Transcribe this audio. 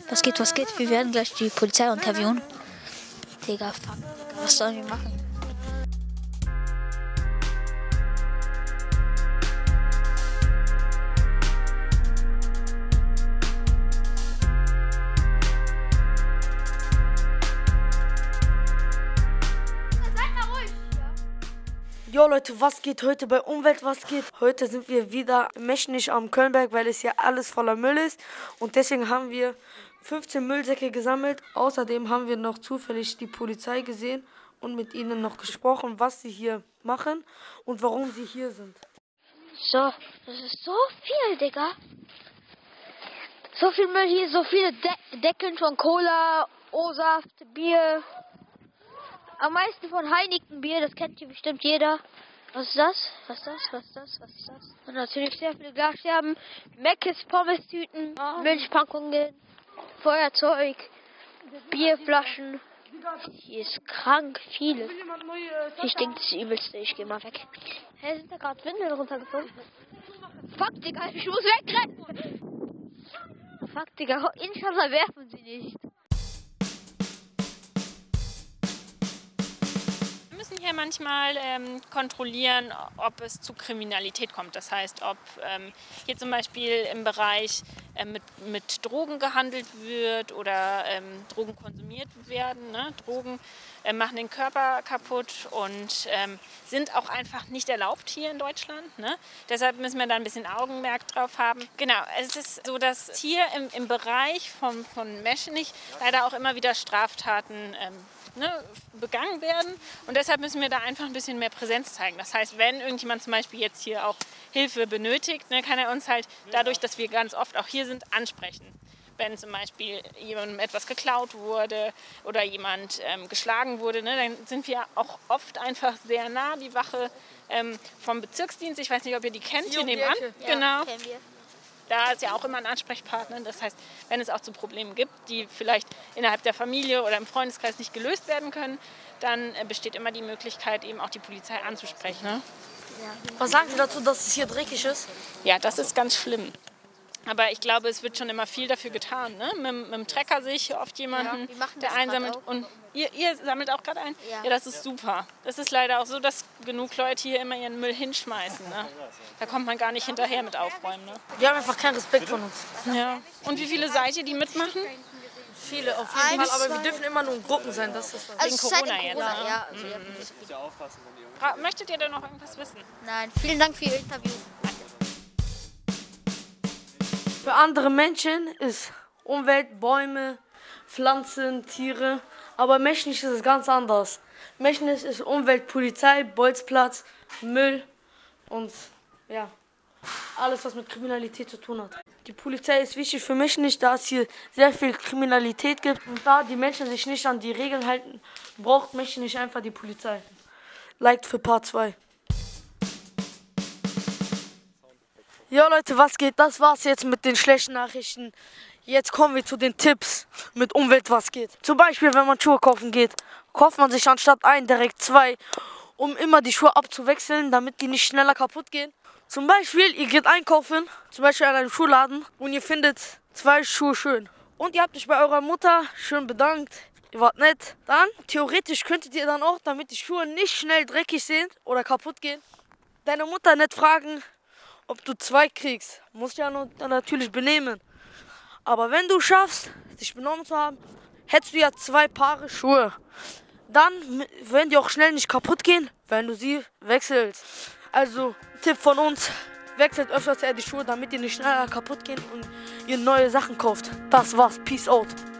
Was geht, was geht? Wir werden gleich die Polizei interviewen. Digga, fuck. Was sollen wir machen? Jo Leute, was geht heute bei Umwelt, was geht? Heute sind wir wieder mächtig am Kölnberg, weil es hier alles voller Müll ist. Und deswegen haben wir 15 Müllsäcke gesammelt. Außerdem haben wir noch zufällig die Polizei gesehen und mit ihnen noch gesprochen, was sie hier machen und warum sie hier sind. So, das ist so viel, Digga. So viel Müll hier, so viele Deckeln von Cola, O-Saft, Bier. Am meisten von Heineken Bier, das kennt hier bestimmt jeder. Was ist das? Was ist das? Was ist das? Was ist das? Und natürlich sehr viele Glasscherben, Meckes, Pommes-Tüten, Milchpackungen, Feuerzeug, Bierflaschen. Hier ist krank vieles. Hier stinkt das Übelste, ich geh mal weg. Hä, sind da gerade Windeln runtergeflogen? Fuck, Digga, ich muss wegrennen! Fuck, Digga, inshallah werfen sie nicht. Wir müssen hier manchmal kontrollieren, ob es zu Kriminalität kommt. Das heißt, ob hier zum Beispiel im Bereich mit Drogen gehandelt wird oder Drogen konsumiert werden. Ne? Drogen machen den Körper kaputt und sind auch einfach nicht erlaubt hier in Deutschland. Ne? Deshalb müssen wir da ein bisschen Augenmerk drauf haben. Genau, es ist so, dass hier im Bereich von Meschenich leider auch immer wieder Straftaten begangen werden und deshalb müssen wir da einfach ein bisschen mehr Präsenz zeigen. Das heißt, wenn irgendjemand zum Beispiel jetzt hier auch Hilfe benötigt, kann er uns halt dadurch, dass wir ganz oft auch hier sind, ansprechen. Wenn zum Beispiel jemandem etwas geklaut wurde oder jemand geschlagen wurde, dann sind wir auch oft einfach sehr nah, die Wache vom Bezirksdienst. Ich weiß nicht, ob ihr die kennt, hier nebenan. Ja, genau. kennen wir. Da ist ja auch immer ein Ansprechpartner. Das heißt, wenn es auch zu Problemen gibt, die vielleicht innerhalb der Familie oder im Freundeskreis nicht gelöst werden können, dann besteht immer die Möglichkeit, eben auch die Polizei anzusprechen. Ne? Was sagen Sie dazu, dass es hier dreckig ist? Ja, das ist ganz schlimm. Aber ich glaube, es wird schon immer viel dafür getan. Ne? Mit dem Trecker sehe ich hier oft jemanden, wir machen der das einsammelt. auch. Und ihr sammelt auch gerade ein? Ja. Ja, das ist super. Es ist leider auch so, dass genug Leute hier immer ihren Müll hinschmeißen. Ne? Da kommt man gar nicht hinterher mit Aufräumen. Ne? Die haben einfach keinen Respekt von uns. Ja. Und wie viele seid ihr, die mitmachen? Viele auf jeden Fall, aber wir dürfen immer nur in Gruppen sein. Das ist Wegen Corona jetzt, ne? Ja, Möchtet ihr denn noch irgendwas wissen? Nein, vielen Dank für Ihr Interview. Für andere Menschen ist Umwelt, Bäume, Pflanzen, Tiere. Aber Mechnisch ist es ganz anders. Mechnisch ist Umwelt, Polizei, Bolzplatz, Müll und ja, alles, was mit Kriminalität zu tun hat. Die Polizei ist wichtig für Mechnisch, da es hier sehr viel Kriminalität gibt. Und da die Menschen sich nicht an die Regeln halten, braucht Mechnisch einfach die Polizei. Liked für Part 2. Ja Leute, was geht? Das war's jetzt mit den schlechten Nachrichten. Jetzt kommen wir zu den Tipps mit Umwelt, was geht. Zum Beispiel, wenn man Schuhe kaufen geht, kauft man sich anstatt ein direkt zwei, um immer die Schuhe abzuwechseln, damit die nicht schneller kaputt gehen. Zum Beispiel, ihr geht einkaufen, zum Beispiel an einem Schuhladen und ihr findet zwei Schuhe schön. Und ihr habt euch bei eurer Mutter schön bedankt, ihr wart nett. Dann, theoretisch könntet ihr dann auch, damit die Schuhe nicht schnell dreckig sind oder kaputt gehen, deine Mutter nett fragen, ob du zwei kriegst. Musst ja natürlich benehmen. Aber wenn du schaffst, dich benommen zu haben, hättest du ja zwei Paare Schuhe. Dann werden die auch schnell nicht kaputt gehen, wenn du sie wechselst. Also, Tipp von uns, wechselt öfters die Schuhe, damit die nicht schneller kaputt gehen und ihr neue Sachen kauft. Das war's. Peace out.